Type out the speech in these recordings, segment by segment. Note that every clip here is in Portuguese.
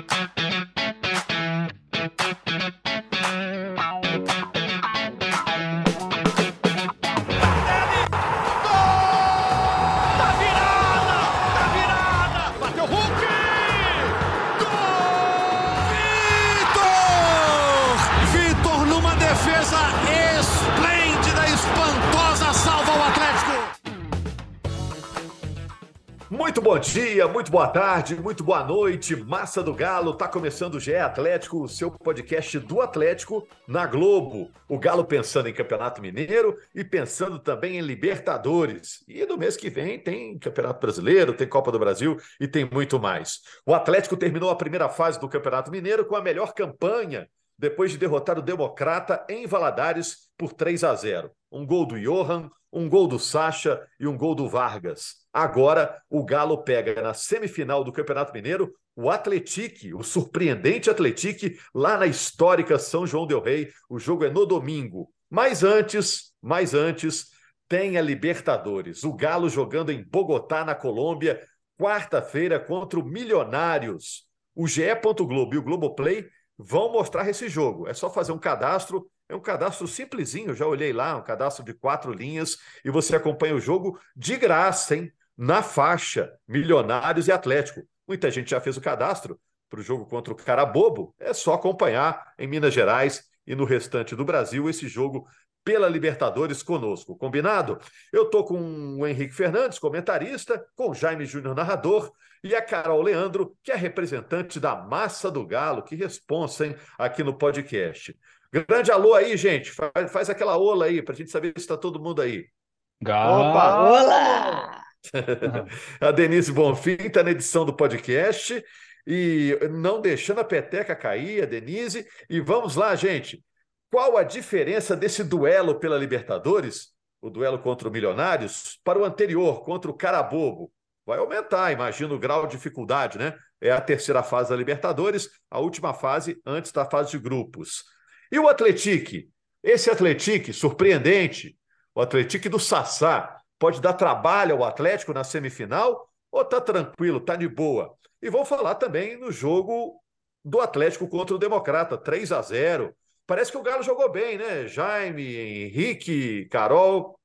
Muito bom dia, muito boa tarde, muito boa noite, massa do Galo, tá começando o GE Atlético, o seu podcast do Atlético na Globo. O Galo pensando em Campeonato Mineiro e pensando também em Libertadores. E no mês que vem tem Campeonato Brasileiro, tem Copa do Brasil e tem muito mais. O Atlético terminou a primeira fase do Campeonato Mineiro com a melhor campanha, depois de derrotar o Democrata em Valadares por 3-0. Um gol do Johan, um gol do Sacha e um gol do Vargas. Agora, o Galo pega na semifinal do Campeonato Mineiro o Atlético, o surpreendente Atlético, lá na histórica São João del Rei. O jogo é no domingo. Mas antes, tem a Libertadores. O Galo jogando em Bogotá, na Colômbia, quarta-feira contra o Milionários. O GE. Globo e o Globoplay vão mostrar esse jogo. É só fazer um cadastro. É um cadastro simplesinho, já olhei lá, um cadastro de 4 linhas, e você acompanha o jogo de graça, hein? Na faixa, Milionários e Atlético. Muita gente já fez o cadastro para o jogo contra o Carabobo. É só acompanhar em Minas Gerais e no restante do Brasil esse jogo pela Libertadores conosco. Combinado? Eu estou com o Henrique Fernandes, comentarista, com o Jaime Júnior, narrador, e a Carol Leandro, que é representante da Massa do Galo. Que responsa, hein? Aqui no podcast. Grande alô aí, gente. Faz aquela ola aí, para a gente saber se está todo mundo aí. Opa! Olá! A Denise Bonfim está na edição do podcast e não deixando a peteca cair, a Denise. E vamos lá, gente. Qual a diferença desse duelo pela Libertadores, o duelo contra o Milionários, para o anterior, contra o Carabobo? Vai aumentar, imagino, o grau de dificuldade, né? É a terceira fase da Libertadores, a última fase antes da fase de grupos. E o Atlético? Esse Atlético surpreendente, o Atlético do Sassá, pode dar trabalho ao Atlético na semifinal ou tá tranquilo, tá de boa? E vou falar também no jogo do Atlético contra o Democrata, 3-0. Parece que o Galo jogou bem, né? Jaime, Henrique, Carol.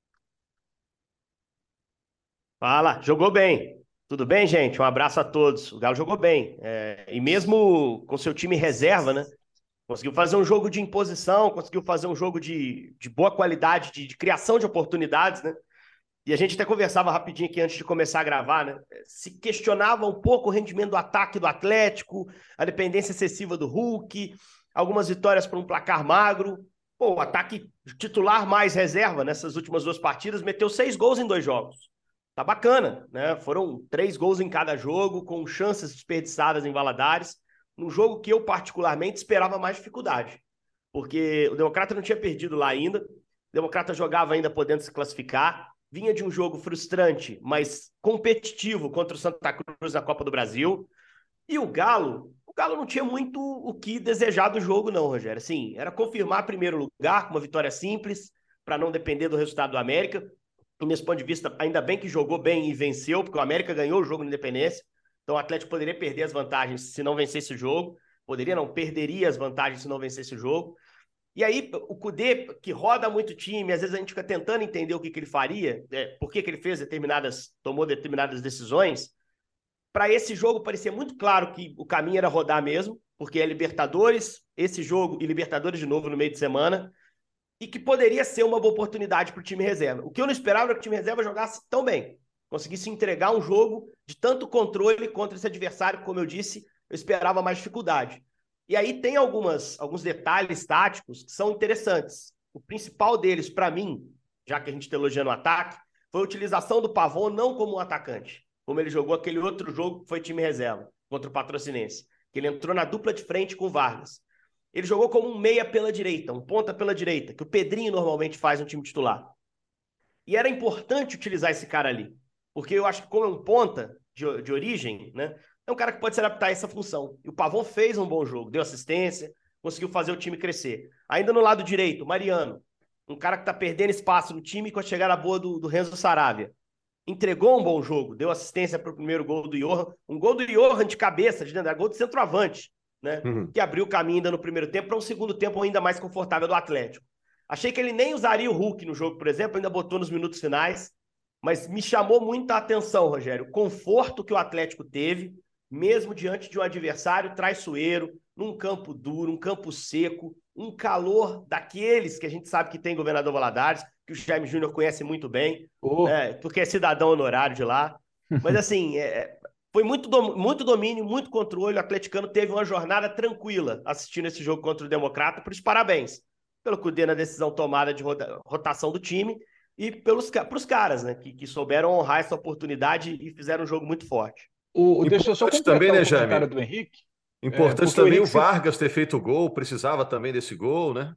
Fala, jogou bem. Tudo bem, gente? Um abraço a todos. O Galo jogou bem. E mesmo com seu time reserva, né? Conseguiu fazer um jogo de imposição, conseguiu fazer um jogo de boa qualidade, de criação de oportunidades, né? E a gente até conversava rapidinho aqui antes de começar a gravar, né? Se questionava um pouco o rendimento do ataque do Atlético, a dependência excessiva do Hulk, algumas vitórias por um placar magro. Pô, o ataque titular mais reserva nessas últimas 2 partidas meteu 6 gols em 2 jogos. Tá bacana, né? Foram 3 gols em cada jogo, com chances desperdiçadas em Valadares, num jogo que eu particularmente esperava mais dificuldade, porque o Democrata não tinha perdido lá ainda, o Democrata jogava ainda podendo se classificar, vinha de um jogo frustrante, mas competitivo contra o Santa Cruz na Copa do Brasil, e o Galo não tinha muito o que desejar do jogo não, Rogério. Assim, era confirmar primeiro lugar com uma vitória simples, para não depender do resultado do América, e nesse ponto de vista, ainda bem que jogou bem e venceu, porque o América ganhou o jogo na Independência. Então o Atlético poderia perder as vantagens se não vencesse o jogo. Perderia as vantagens se não vencesse o jogo. E aí o Kudê, que roda muito time, às vezes a gente fica tentando entender o que ele faria, por que ele tomou determinadas decisões. Para esse jogo parecia muito claro que o caminho era rodar mesmo, porque é Libertadores, esse jogo e Libertadores de novo no meio de semana, e que poderia ser uma boa oportunidade para o time reserva. O que eu não esperava era que o time reserva jogasse tão bem, conseguisse entregar um jogo de tanto controle contra esse adversário, como eu disse, eu esperava mais dificuldade. E aí tem alguns detalhes táticos que são interessantes. O principal deles, para mim, já que a gente está elogiando o ataque, foi a utilização do Pavon não como um atacante, como ele jogou aquele outro jogo que foi time reserva, contra o Patrocinense, que ele entrou na dupla de frente com o Vargas. Ele jogou como um meia pela direita, um ponta pela direita, que o Pedrinho normalmente faz no time titular. E era importante utilizar esse cara ali, porque eu acho que como é um ponta de origem, né, é um cara que pode se adaptar a essa função. E o Pavon fez um bom jogo, deu assistência, conseguiu fazer o time crescer. Ainda no lado direito, Mariano, um cara que está perdendo espaço no time com a chegada boa do Renzo Saravia. entregou um bom jogo, deu assistência para o primeiro gol do Johan, um gol do Johan de cabeça, de dentro, gol de centroavante, né? Que abriu o caminho ainda no primeiro tempo para um segundo tempo ainda mais confortável do Atlético. Achei que ele nem usaria o Hulk no jogo, por exemplo, ainda botou nos minutos finais, mas me chamou muita atenção, Rogério, o conforto que o Atlético teve, mesmo diante de um adversário traiçoeiro, num campo duro, um campo seco, um calor daqueles que a gente sabe que tem Governador Valadares, que o Jaime Júnior conhece muito bem, né, porque é cidadão honorário de lá. Mas assim, foi muito domínio, muito controle. O atleticano teve uma jornada tranquila assistindo esse jogo contra o Democrata. Por isso, parabéns pelo Cudê na decisão tomada de rotação do time e pros caras, né, que souberam honrar essa oportunidade e fizeram um jogo muito forte. Deixa eu só Importante completar também, né, o comentário Jaime? do Henrique. Importante Porque o também o Henrique Vargas ter feito o gol, precisava também desse gol, né?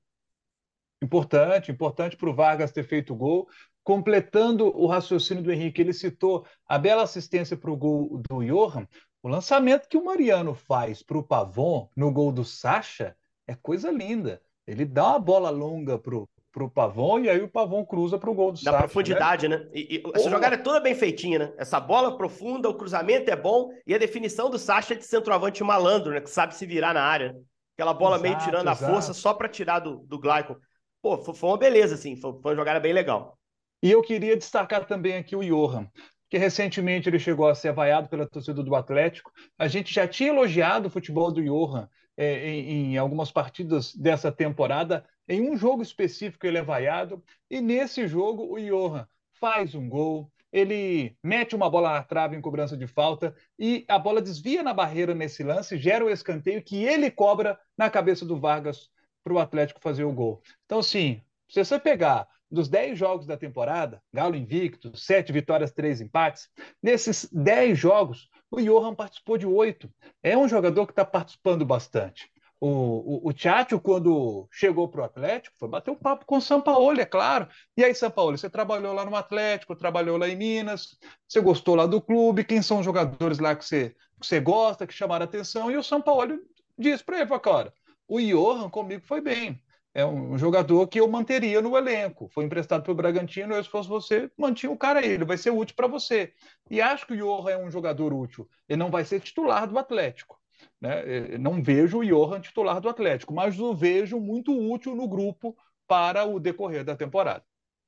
Importante para o Vargas ter feito o gol. Completando o raciocínio do Henrique, ele citou a bela assistência para o gol do Johan. O lançamento que o Mariano faz para o Pavon no gol do Sacha é coisa linda. Ele dá uma bola longa para o Pavon e aí o Pavon cruza para o gol do Da Sacha. profundidade, né? Essa jogada é toda bem feitinha, né? Essa bola profunda, o cruzamento é bom e a definição do Sacha é de centroavante malandro, né? Que sabe se virar na área. Aquela bola meio tirando a força só para tirar do Glycon. Pô, foi uma beleza, assim. Foi uma jogada bem legal. E eu queria destacar também aqui o Johan, que recentemente ele chegou a ser vaiado pela torcida do Atlético. A gente já tinha elogiado o futebol do Johan em algumas partidas dessa temporada. Em um jogo específico ele é vaiado, e nesse jogo o Johan faz um gol, ele mete uma bola na trave em cobrança de falta e a bola desvia na barreira nesse lance, gera o escanteio que ele cobra na cabeça do Vargas para o Atlético fazer o gol. Então, sim, se você pegar dos 10 jogos da temporada, Galo invicto, 7 vitórias, 3 empates, nesses 10 jogos, o Johan participou de 8. É um jogador que está participando bastante. O Tchatcho, quando chegou para o Atlético, foi bater um papo com o Sampaoli, é claro. E aí, Sampaoli, você trabalhou lá no Atlético, trabalhou lá em Minas, você gostou lá do clube, quem são os jogadores lá que você gosta, que chamaram a atenção? E o Sampaoli disse para ele, cara, o Johan comigo foi bem. É um jogador que eu manteria no elenco. Foi emprestado para o Bragantino, eu, se fosse você, mantinha o cara aí, ele vai ser útil para você. E acho que o Johan é um jogador útil. Ele não vai ser titular do Atlético. Né? Eu não vejo o Johan titular do Atlético, mas o vejo muito útil no grupo para o decorrer da temporada.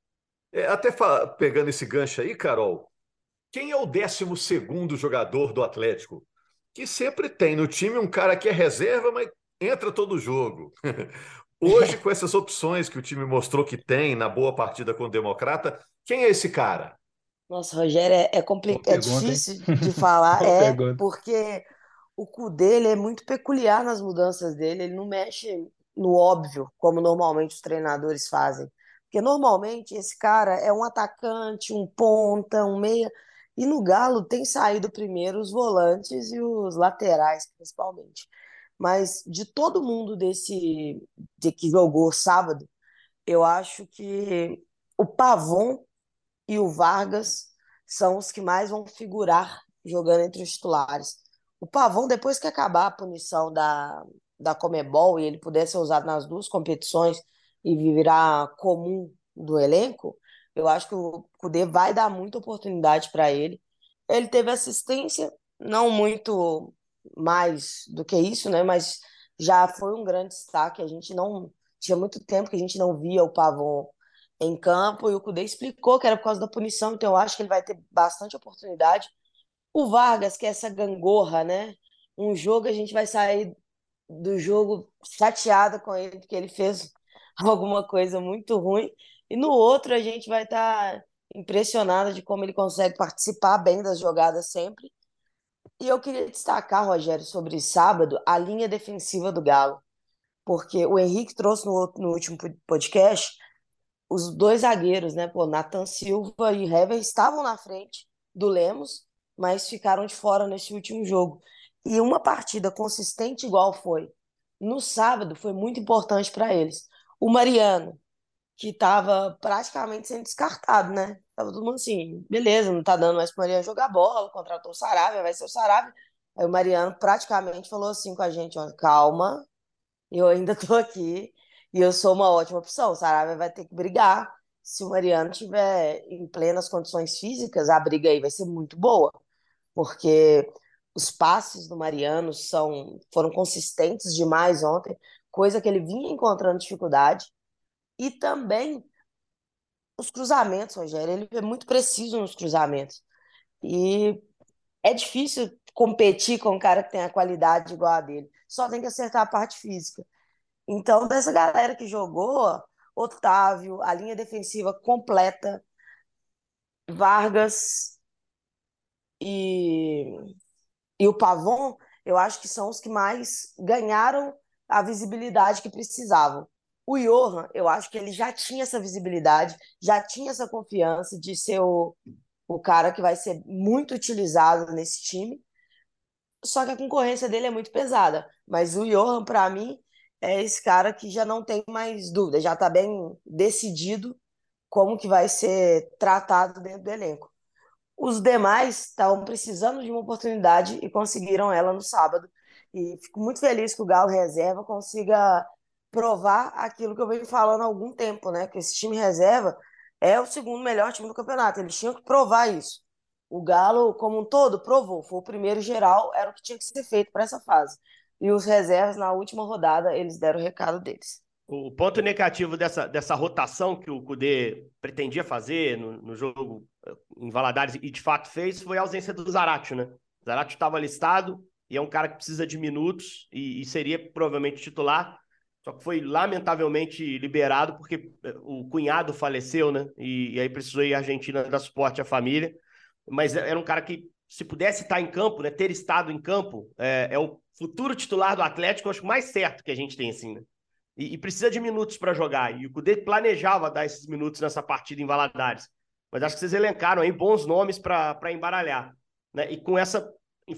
Até pegando esse gancho aí, Carol, quem é o 12º jogador do Atlético? Que sempre tem no time um cara que é reserva, mas entra todo jogo. Hoje, com essas opções que o time mostrou que tem na boa partida com o Democrata, quem é esse cara? Nossa, Rogério, é difícil de falar, porque o Kudê ele é muito peculiar nas mudanças dele, ele não mexe no óbvio, como normalmente os treinadores fazem. Porque normalmente esse cara é um atacante, um ponta, um meia, e no Galo tem saído primeiro os volantes e os laterais, principalmente. Mas de todo mundo de que jogou sábado, eu acho que o Pavon e o Vargas são os que mais vão figurar jogando entre os titulares. O Pavão, depois que acabar a punição da Comebol e ele puder ser usado nas duas competições e virar comum do elenco, eu acho que o Cudê vai dar muita oportunidade para ele. Ele teve assistência, não muito mais do que isso, né? Mas já foi um grande destaque. A gente não tinha muito tempo que a gente não via o Pavão em campo e o Cudê explicou que era por causa da punição, então eu acho que ele vai ter bastante oportunidade. O Vargas, que é essa gangorra, né? Um jogo a gente vai sair do jogo chateada com ele, porque ele fez alguma coisa muito ruim, e no outro a gente vai estar impressionada de como ele consegue participar bem das jogadas sempre. E eu queria destacar, Rogério, sobre sábado, a linha defensiva do Galo, porque o Henrique trouxe no último podcast os dois zagueiros, né? Pô, Nathan Silva e Hever estavam na frente do Lemos, mas ficaram de fora nesse último jogo. E uma partida consistente igual foi no sábado foi muito importante para eles. O Mariano, que estava praticamente sendo descartado, né? Tava todo mundo assim, beleza, não tá dando mais pro Mariano jogar bola, contratou o Saravia, vai ser o Saravia. Aí o Mariano praticamente falou assim com a gente, ó, calma, eu ainda tô aqui e eu sou uma ótima opção. O Saravia vai ter que brigar. se o Mariano tiver em plenas condições físicas, a briga aí vai ser muito boa, porque os passes do Mariano foram consistentes demais ontem, coisa que ele vinha encontrando dificuldade, e também os cruzamentos, Rogério, ele é muito preciso nos cruzamentos. E é difícil competir com um cara que tem a qualidade igual a dele. Só tem que acertar a parte física. Então, dessa galera que jogou, Otávio, a linha defensiva completa, Vargas e, e o Pavon, eu acho que são os que mais ganharam a visibilidade que precisavam. O Johan, eu acho que ele já tinha essa visibilidade, já tinha essa confiança de ser o cara que vai ser muito utilizado nesse time, só que a concorrência dele é muito pesada. Mas o Johan, para mim, é esse cara que já não tem mais dúvida, já está bem decidido como que vai ser tratado dentro do elenco. Os demais estavam precisando de uma oportunidade e conseguiram ela no sábado. E fico muito feliz que o Galo reserva consiga provar aquilo que eu venho falando há algum tempo, né? Que esse time reserva é o segundo melhor time do campeonato. Eles tinham que provar isso. O Galo, como um todo, provou. Foi o primeiro geral, era o que tinha que ser feito para essa fase. E os reservas, na última rodada, eles deram o recado deles. O ponto negativo dessa rotação que o Kudê pretendia fazer no jogo em Valadares e de fato fez foi a ausência do Zaratio, né? O Zaratio estava listado e é um cara que precisa de minutos e seria provavelmente titular, só que foi lamentavelmente liberado porque o cunhado faleceu, né? E aí precisou ir à Argentina dar suporte à família. Mas era um cara que, se pudesse estar em campo, né, ter estado em campo, é o futuro titular do Atlético, eu acho mais certo que a gente tem, assim, né? E precisa de minutos para jogar. E o Kudê planejava dar esses minutos nessa partida em Valadares. Mas acho que vocês elencaram aí bons nomes para embaralhar. Né? E com essa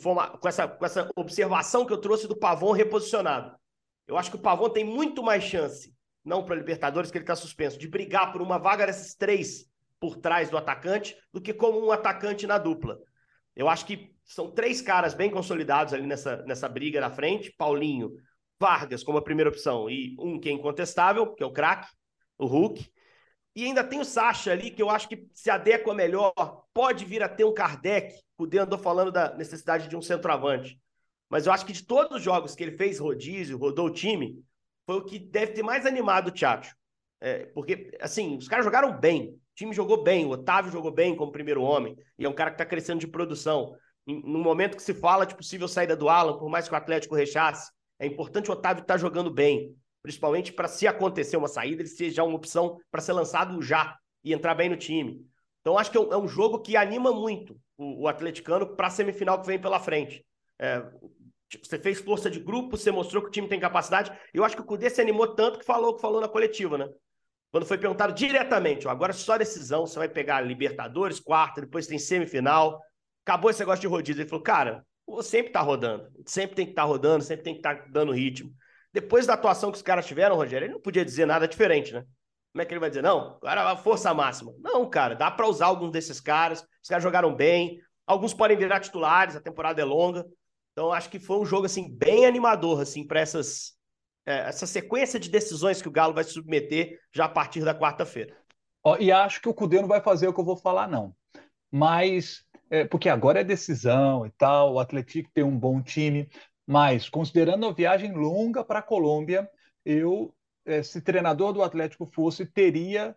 observação que eu trouxe do Pavon reposicionado. Eu acho que o Pavon tem muito mais chance, não para a Libertadores, que ele está suspenso, de brigar por uma vaga desses três por trás do atacante, do que como um atacante na dupla. Eu acho que são três caras bem consolidados ali nessa briga na frente. Paulinho, Vargas como a primeira opção, e um que é incontestável, que é o craque, o Hulk. E ainda tem o Sacha ali, que eu acho que se adequa melhor, pode vir a ter um Kardec. O Dê andou falando da necessidade de um centroavante. Mas eu acho que de todos os jogos que ele fez rodízio, rodou o time, foi o que deve ter mais animado o Tchatcho. Porque, assim, os caras jogaram bem. O time jogou bem, o Otávio jogou bem como primeiro homem, e é um cara que está crescendo de produção. No momento que se fala de possível saída do Alan, por mais que o Atlético rechace, é importante o Otávio estar jogando bem, principalmente para, se acontecer uma saída, ele seja uma opção para ser lançado já e entrar bem no time. Então, acho que é um jogo que anima muito o atleticano para a semifinal que vem pela frente. Você fez força de grupo, você mostrou que o time tem capacidade. Eu acho que o Kudê se animou tanto que falou na coletiva, né? Quando foi perguntado diretamente, agora só decisão, você vai pegar Libertadores, quarta, depois tem semifinal, acabou esse negócio de rodízio. Ele falou, cara, sempre tá rodando, sempre tem que estar rodando, sempre tem que estar dando ritmo. Depois da atuação que os caras tiveram, Rogério, ele não podia dizer nada diferente, né? Como é que ele vai dizer? Não, agora a força máxima. Não, cara, dá para usar alguns desses caras, os caras jogaram bem, alguns podem virar titulares, a temporada é longa. Então, acho que foi um jogo, assim, bem animador, assim, para essa sequência de decisões que o Galo vai se submeter já a partir da quarta-feira. E acho que o Kudê não vai fazer o que eu vou falar, não. Mas, porque agora é decisão e tal, o Atlético tem um bom time, mas considerando a viagem longa para a Colômbia, eu, se treinador do Atlético fosse, teria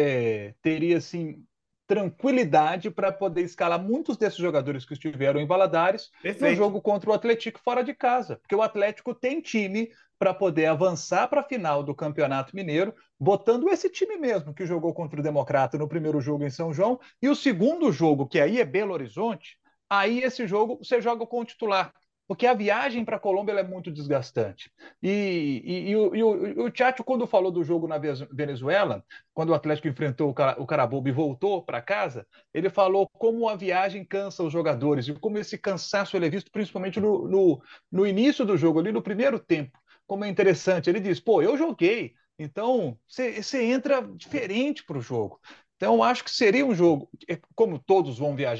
assim, tranquilidade para poder escalar muitos desses jogadores que estiveram em Valadares no jogo contra o Atlético fora de casa, porque o Atlético tem time para poder avançar para a final do Campeonato Mineiro, botando esse time mesmo que jogou contra o Democrata no primeiro jogo em São João, e o segundo jogo, que aí é Belo Horizonte, aí esse jogo você joga com o titular, porque a viagem para a Colômbia é muito desgastante. E o Tchatcho, quando falou do jogo na Venezuela, quando o Atlético enfrentou o Carabobo e voltou para casa, ele falou como a viagem cansa os jogadores e como esse cansaço ele é visto principalmente no início do jogo, ali no primeiro tempo. Como é interessante, ele diz, pô, eu joguei, então você entra diferente para o jogo. Então, acho que seria um jogo, como todos vão viajar,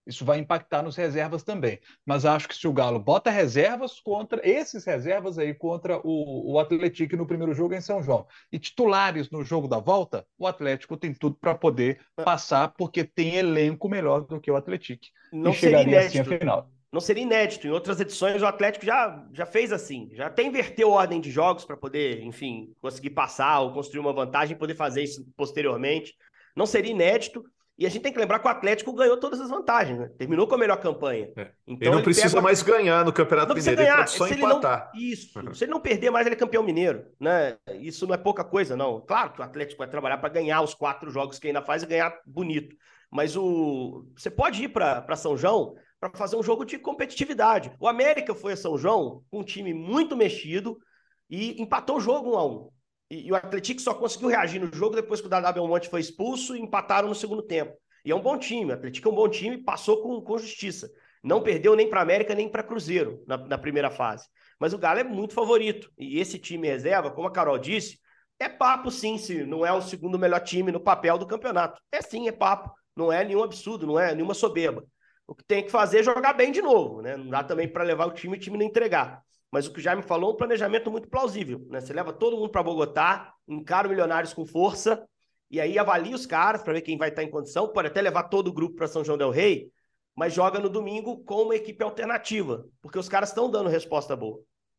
Isso vai impactar nos reservas também. Mas acho que se o Galo bota reservas contra esses reservas aí contra o Atlético no primeiro jogo em São João e titulares no jogo da volta, o Atlético tem tudo para poder passar, porque tem elenco melhor do que o Atlético. Não E seria chegaria assim à inédito. final. Não seria inédito. Em outras edições, o Atlético já fez assim. Já até inverteu a ordem de jogos para poder, enfim, conseguir passar ou construir uma vantagem e poder fazer isso posteriormente. Não seria inédito. E a gente tem que lembrar que o Atlético ganhou todas as vantagens, né? Terminou com a melhor campanha. Então, ele não precisa mais ganhar no Campeonato Mineiro, ele pode só empatar. Se ele não perder mais, ele é campeão mineiro, né? Isso não é pouca coisa, não. Claro que o Atlético vai trabalhar para ganhar os 4 jogos que ainda faz e ganhar bonito. Mas você pode ir para São João para fazer um jogo de competitividade. O América foi a São João com um time muito mexido e empatou o jogo 1-1. E o Atlético só conseguiu reagir no jogo depois que o Dadá Belmonte foi expulso e empataram no segundo tempo. E é um bom time, o Atlético é um bom time, passou com justiça. Não perdeu nem para América nem para Cruzeiro na primeira fase. Mas o Galo é muito favorito. E esse time reserva, como a Carol disse, é papo sim, se não é o segundo melhor time no papel do campeonato. É sim, é papo. Não é nenhum absurdo, não é nenhuma soberba. O que tem que fazer é jogar bem de novo, né? Não dá também para levar o time e o time não entregar. Mas o que o Jaime falou é um planejamento muito plausível, né? Você leva todo mundo para Bogotá, encara o Milionários com força, e aí avalia os caras para ver quem vai estar em condição, pode até levar todo o grupo para São João del Rei, mas joga no domingo com uma equipe alternativa, porque os caras estão dando resposta boa.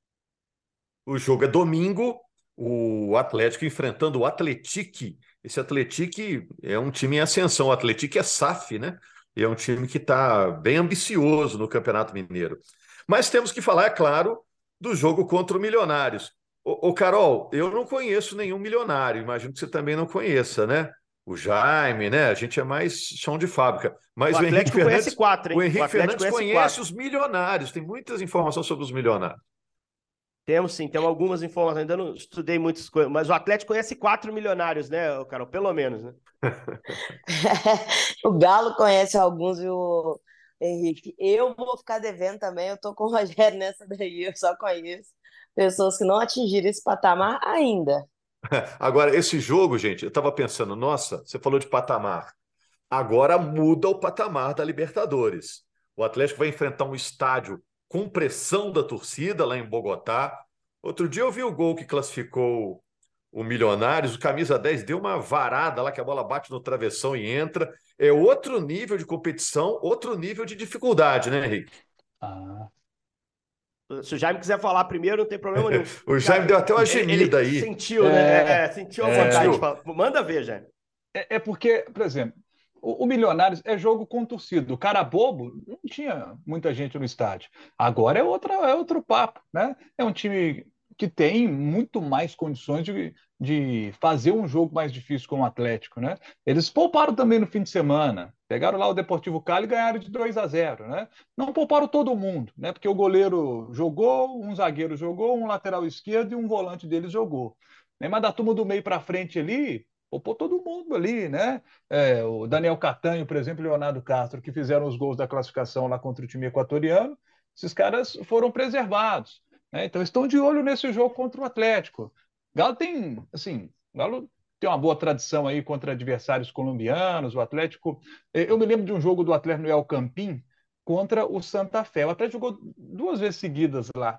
O jogo é domingo, o Atlético enfrentando o Atlético. Esse Atlético é um time em ascensão, o Atlético é SAF, né? E é um time que está bem ambicioso no Campeonato Mineiro. Mas temos que falar, é claro, do jogo contra o Milionários. Ô, Carol, eu não conheço nenhum milionário, imagino que você também não conheça, né? O Jaime, né? A gente é mais chão de fábrica. Mas o Atlético conhece 4, hein? O Henrique Fernandes conhece os milionários, tem muitas informações sobre os milionários. Temos sim, temos algumas informações, ainda não estudei muitas coisas, mas o Atlético conhece 4 milionários, né, Carol? Pelo menos, né? O Galo conhece alguns, viu, Henrique? Eu vou ficar devendo também, eu tô com o Rogério nessa daí, eu só conheço pessoas que não atingiram esse patamar ainda. Agora, esse jogo, gente, eu estava pensando, nossa, você falou de patamar. Agora muda o patamar da Libertadores. O Atlético vai enfrentar um estádio com pressão da torcida lá em Bogotá. Outro dia eu vi o gol que classificou o Milionários, o camisa 10 deu uma varada lá que a bola bate no travessão e entra. É outro nível de competição, outro nível de dificuldade, né, Henrique? Se o Jaime quiser falar primeiro, não tem problema nenhum. O Jaime deu até uma gemida aí. Sentiu, né? Sentiu a vontade de falar. Manda ver, Jaime. É porque, por exemplo, o Milionários é jogo com torcida. O cara bobo não tinha muita gente no estádio. Agora é outro papo, né? É um time que tem muito mais condições de fazer um jogo mais difícil com o Atlético, né? Eles pouparam também no fim de semana. Pegaram lá o Deportivo Cali e ganharam de 2-0, né? Não pouparam todo mundo, né? Porque o goleiro jogou, um zagueiro jogou, um lateral esquerdo e um volante deles jogou. Mas da turma do meio para frente ali, poupou todo mundo ali, né? O Daniel Catanho, por exemplo, e Leonardo Castro, que fizeram os gols da classificação lá contra o time equatoriano, esses caras foram preservados, né? Então estão de olho nesse jogo contra o Atlético. Galo tem, assim, Galo tem uma boa tradição aí contra adversários colombianos, o Atlético. Eu me lembro de um jogo do Atlético no El Campín contra o Santa Fé. O Atlético jogou 2 vezes seguidas lá,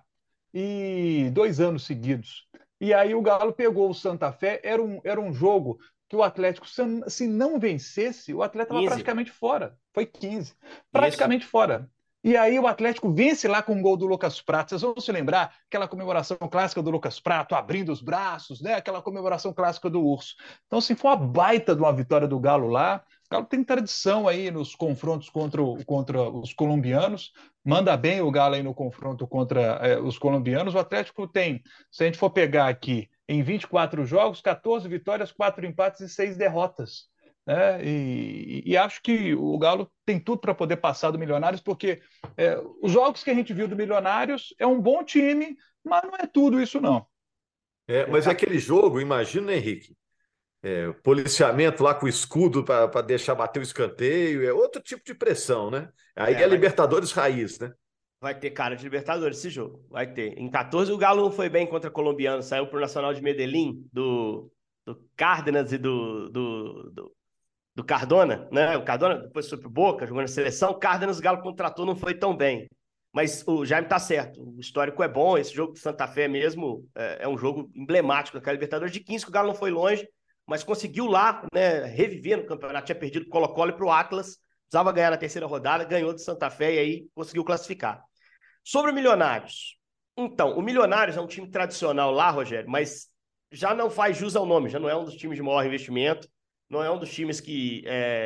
e 2 anos seguidos. E aí o Galo pegou o Santa Fé, era um jogo que o Atlético, se não vencesse, o Atlético estava praticamente fora. Foi 15. Praticamente Isso. fora. E aí o Atlético vence lá com um gol do Lucas Prato. Vocês vão se lembrar aquela comemoração clássica do Lucas Prato, abrindo os braços, né? Aquela comemoração clássica do Urso. Então, assim, foi uma baita de uma vitória do Galo lá. O Galo tem tradição aí nos confrontos contra os colombianos. Manda bem o Galo aí no confronto contra os colombianos. O Atlético tem, se a gente for pegar aqui, em 24 jogos, 14 vitórias, 4 empates e 6 derrotas. Né? E acho que o Galo tem tudo para poder passar do Milionários, porque os jogos que a gente viu do Milionários é um bom time, mas não é tudo isso, não. Mas aquele jogo, imagina, Henrique, policiamento lá com o escudo para deixar bater o escanteio, é outro tipo de pressão, né? Aí é Libertadores raiz, né? Vai ter cara de Libertadores esse jogo, vai ter. Em 14 o Galo não foi bem contra o colombiano, saiu pro Nacional de Medellín, do Cárdenas e do do Cardona, né? O Cardona depois foi pro Boca, jogou na seleção. O Cárdenas, o Galo contratou, não foi tão bem. Mas o Jaime tá certo, o histórico é bom, esse jogo de Santa Fé mesmo é um jogo emblemático daquela Libertadores de 15, que o Galo não foi longe, mas conseguiu lá, né, reviver no campeonato, tinha perdido pro Colo-Colo e pro Atlas, precisava ganhar na terceira rodada, ganhou de Santa Fé e aí conseguiu classificar. Sobre o Milionários. Então, o Milionários é um time tradicional lá, Rogério, mas já não faz jus ao nome, já não é um dos times de maior investimento, não é um dos times que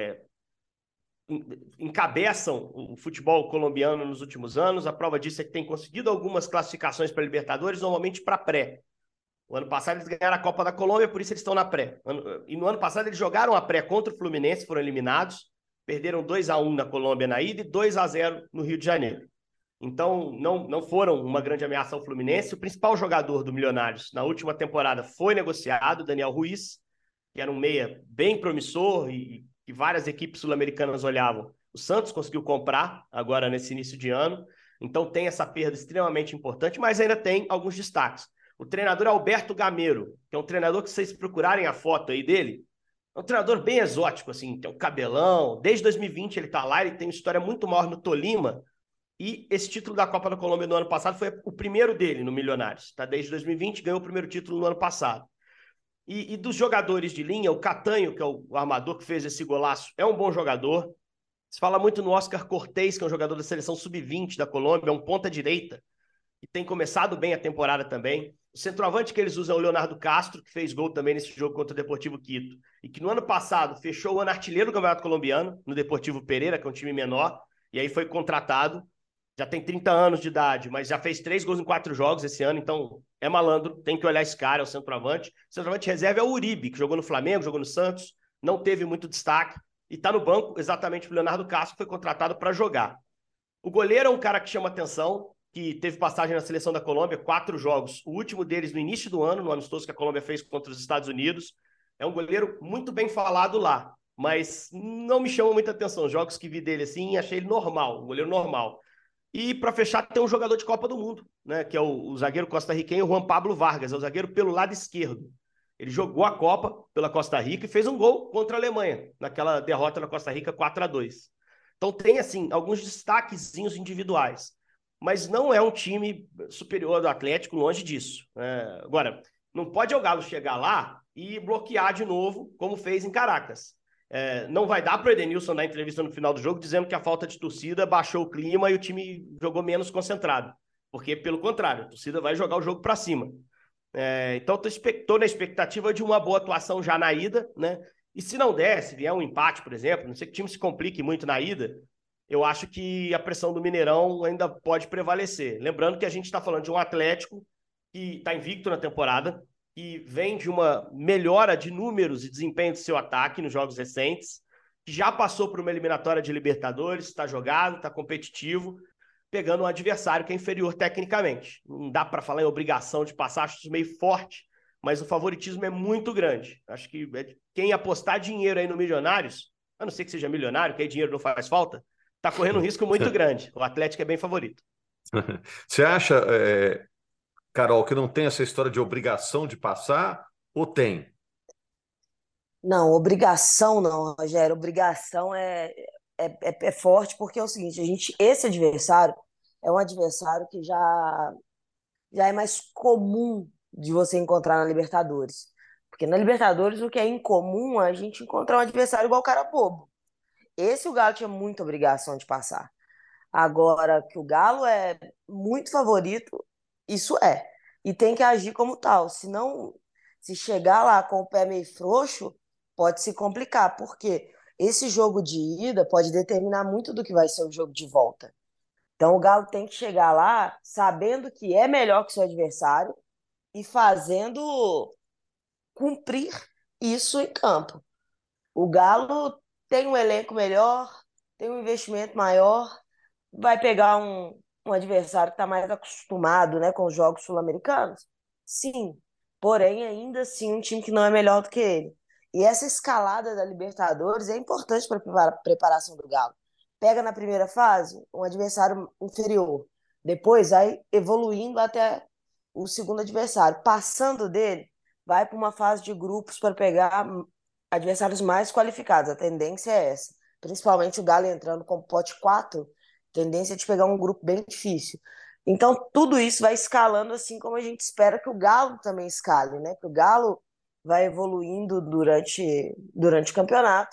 encabeçam o futebol colombiano nos últimos anos. A prova disso é que tem conseguido algumas classificações para Libertadores, normalmente para pré. O ano passado eles ganharam a Copa da Colômbia, por isso eles estão na pré. E no ano passado eles jogaram a pré contra o Fluminense, foram eliminados, perderam 2-1 na Colômbia na ida e 2-0 no Rio de Janeiro. Então, não foram uma grande ameaça ao Fluminense. O principal jogador do Milionários na última temporada foi negociado, Daniel Ruiz, que era um meia bem promissor e que várias equipes sul-americanas olhavam. O Santos conseguiu comprar agora nesse início de ano, então tem essa perda extremamente importante, mas ainda tem alguns destaques. O treinador Alberto Gamero, que é um treinador que vocês procurarem a foto aí dele, é um treinador bem exótico, assim, tem um cabelão. Desde 2020 ele tá lá, ele tem uma história muito maior no Tolima, e esse título da Copa da Colômbia no ano passado foi o primeiro dele no Milionários, tá? Desde 2020 ganhou o primeiro título no ano passado. E dos jogadores de linha, o Catanho, que é o armador que fez esse golaço, é um bom jogador. Se fala muito no Oscar Cortés, que é um jogador da seleção sub-20 da Colômbia, é um ponta-direita, e tem começado bem a temporada também. O centroavante que eles usam é o Leonardo Castro, que fez gol também nesse jogo contra o Deportivo Quito, e que no ano passado fechou o ano artilheiro do Campeonato Colombiano, no Deportivo Pereira, que é um time menor, e aí foi contratado. Já tem 30 anos de idade, mas já fez 3 gols em 4 jogos esse ano, então é malandro, tem que olhar esse cara, é o centroavante. O centroavante reserva é o Uribe, que jogou no Flamengo, jogou no Santos, não teve muito destaque, e tá no banco exatamente o Leonardo Castro, que foi contratado para jogar. O goleiro é um cara que chama atenção, que teve passagem na seleção da Colômbia, 4 jogos, o último deles no início do ano, no amistoso que a Colômbia fez contra os Estados Unidos. É um goleiro muito bem falado lá, mas não me chama muita atenção. Os jogos que vi dele assim, achei ele normal, um goleiro normal. E para fechar, tem um jogador de Copa do Mundo, né, que é o zagueiro costarriquenho Juan Pablo Vargas, é o zagueiro pelo lado esquerdo. Ele jogou a Copa pela Costa Rica e fez um gol contra a Alemanha, naquela derrota na Costa Rica 4-2. Então tem, assim, alguns destaquezinhos individuais, mas não é um time superior do Atlético, longe disso. Agora, não pode o Galo chegar lá e bloquear de novo, como fez em Caracas. Não vai dar para o Edenilson dar entrevista no final do jogo dizendo que a falta de torcida baixou o clima e o time jogou menos concentrado, porque pelo contrário, a torcida vai jogar o jogo para cima. Então estou na expectativa de uma boa atuação já na ida, né? E se não der, se vier um empate, por exemplo, não sei que o time se complique muito na ida, eu acho que a pressão do Mineirão ainda pode prevalecer. Lembrando que a gente está falando de um Atlético que está invicto na temporada, que vem de uma melhora de números e desempenho do seu ataque nos jogos recentes, que já passou por uma eliminatória de Libertadores, está jogado, está competitivo, pegando um adversário que é inferior tecnicamente. Não dá para falar em obrigação de passar, acho isso meio forte, mas o favoritismo é muito grande. Acho que quem apostar dinheiro aí no Milionários, a não ser que seja milionário, que aí dinheiro não faz falta, está correndo um risco muito grande. O Atlético é bem favorito. Você acha, Carol, que não tem essa história de obrigação de passar ou tem? Não, obrigação não, Rogério. Obrigação é forte porque é o seguinte, esse adversário é um adversário que já é mais comum de você encontrar na Libertadores. Porque na Libertadores o que é incomum é a gente encontrar um adversário igual o cara bobo. Esse o Galo tinha muita obrigação de passar. Agora que o Galo é muito favorito, isso é. E tem que agir como tal. Senão, se chegar lá com o pé meio frouxo, pode se complicar, porque esse jogo de ida pode determinar muito do que vai ser o jogo de volta. Então, o Galo tem que chegar lá sabendo que é melhor que o seu adversário e fazendo cumprir isso em campo. O Galo tem um elenco melhor, tem um investimento maior, vai pegar um adversário que está mais acostumado, né, com os jogos sul-americanos? Sim, porém, ainda assim, um time que não é melhor do que ele. E essa escalada da Libertadores é importante para a preparação do Galo. Pega na primeira fase um adversário inferior, depois vai evoluindo até o segundo adversário. Passando dele, vai para uma fase de grupos para pegar adversários mais qualificados. A tendência é essa. Principalmente o Galo entrando com pote 4, tendência é de pegar um grupo bem difícil. Então, tudo isso vai escalando assim como a gente espera que o Galo também escale, né? Que o Galo vai evoluindo durante o campeonato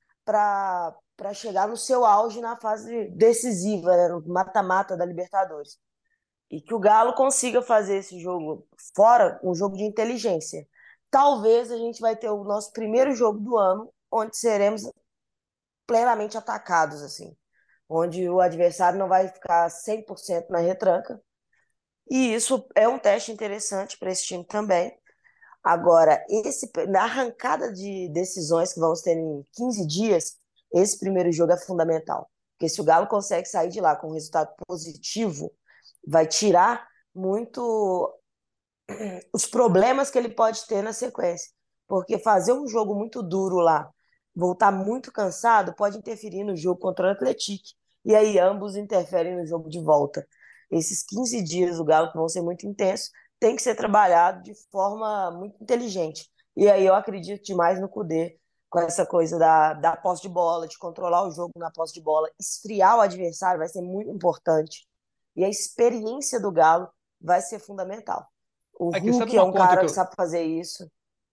para chegar no seu auge na fase decisiva, né? No mata-mata da Libertadores. E que o Galo consiga fazer esse jogo fora, um jogo de inteligência. Talvez a gente vai ter o nosso primeiro jogo do ano, onde seremos plenamente atacados, assim. Onde o adversário não vai ficar 100% na retranca. E isso é um teste interessante para esse time também. Agora, na arrancada de decisões que vamos ter em 15 dias, esse primeiro jogo é fundamental. Porque se o Galo consegue sair de lá com um resultado positivo, vai tirar muito os problemas que ele pode ter na sequência. Porque fazer um jogo muito duro lá, voltar muito cansado, pode interferir no jogo contra o Atlético. E aí ambos interferem no jogo de volta. Esses 15 dias do Galo, que vão ser muito intensos, tem que ser trabalhado de forma muito inteligente. E aí eu acredito demais no Kudê, com essa coisa da posse de bola, de controlar o jogo na posse de bola, esfriar o adversário vai ser muito importante. E a experiência do Galo vai ser fundamental. O Aqui, sabe Hulk é uma um conta cara que que eu. sabe fazer isso.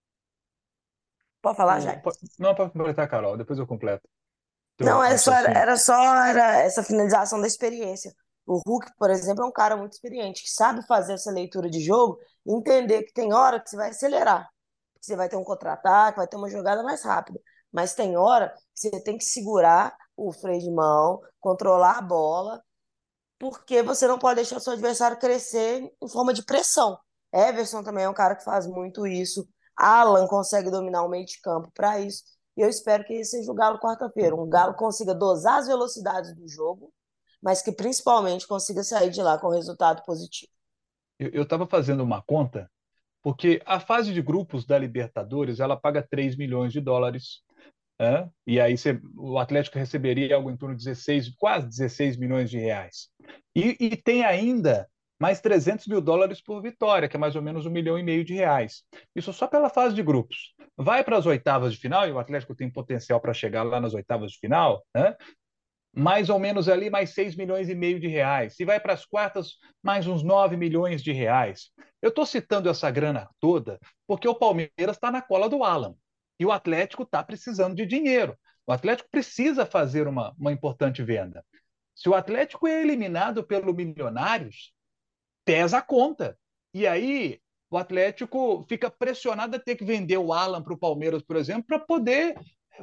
Pode falar, Jair? Não, pode completar, Carol, depois eu completo Não, teu raciocínio. era essa finalização da experiência. O Hulk, por exemplo, é um cara muito experiente, que sabe fazer essa leitura de jogo e entender que tem hora que você vai acelerar, que você vai ter um contra-ataque, vai ter uma jogada mais rápida. Mas tem hora que você tem que segurar o freio de mão, controlar a bola, porque você não pode deixar o seu adversário crescer em forma de pressão. Everson também é um cara que faz muito isso. Alan consegue dominar o meio de campo para isso. E eu espero que esse seja o Galo quarta-feira. Um Galo consiga dosar as velocidades do jogo, mas que principalmente consiga sair de lá com resultado positivo. Eu estava fazendo uma conta, porque a fase de grupos da Libertadores, ela paga 3 milhões de dólares, né? E aí o Atlético receberia algo em torno de 16, quase 16 milhões de reais. E tem ainda mais 300 mil dólares por vitória, que é mais ou menos 1,5 milhão de reais. Isso só pela fase de grupos. Vai para as oitavas de final, e o Atlético tem potencial para chegar lá nas oitavas de final, né? Mais ou menos ali mais 6,5 milhões de reais. Se vai para as quartas, mais uns 9 milhões de reais. Eu estou citando essa grana toda porque o Palmeiras está na cola do Alan e o Atlético está precisando de dinheiro. O Atlético precisa fazer uma importante venda. Se o Atlético é eliminado pelo Milionários, pesa a conta. E aí o Atlético fica pressionado a ter que vender o Alan para o Palmeiras, por exemplo, para poder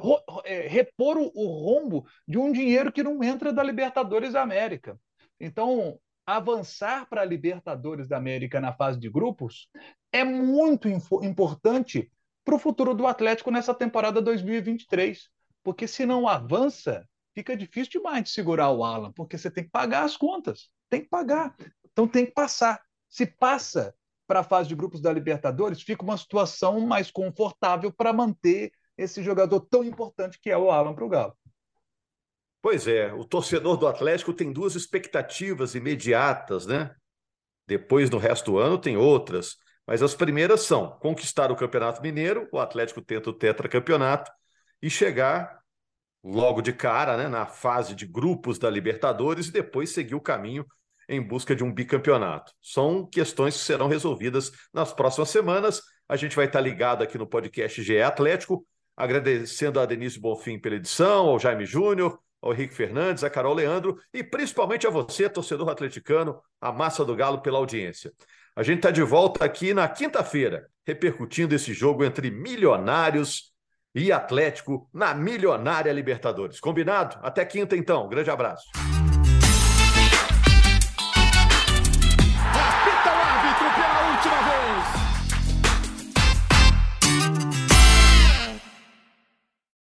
repor o rombo de um dinheiro que não entra da Libertadores da América. Então, avançar para a Libertadores da América na fase de grupos é muito importante para o futuro do Atlético nessa temporada 2023. Porque se não avança, fica difícil demais de segurar o Alan, porque você tem que pagar as contas. Tem que pagar. Então tem que passar. Se passa para a fase de grupos da Libertadores, fica uma situação mais confortável para manter esse jogador tão importante que é o Alan para o Galo. Pois é, o torcedor do Atlético tem duas expectativas imediatas, né? Depois, no resto do ano, tem outras. Mas as primeiras são conquistar o Campeonato Mineiro, o Atlético tenta o tetracampeonato e chegar logo de cara, né, na fase de grupos da Libertadores e depois seguir o caminho em busca de um bicampeonato. São questões que serão resolvidas nas próximas semanas. A gente vai estar ligado aqui no podcast GE Atlético, agradecendo a Denise Bonfim pela edição, ao Jaime Júnior, ao Henrique Fernandes, a Carol Leandro e principalmente a você, torcedor atleticano, a Massa do Galo, pela audiência. A gente está de volta aqui na quinta-feira, repercutindo esse jogo entre Milionários e Atlético na Milionária Libertadores. Combinado? Até quinta, então. Grande abraço.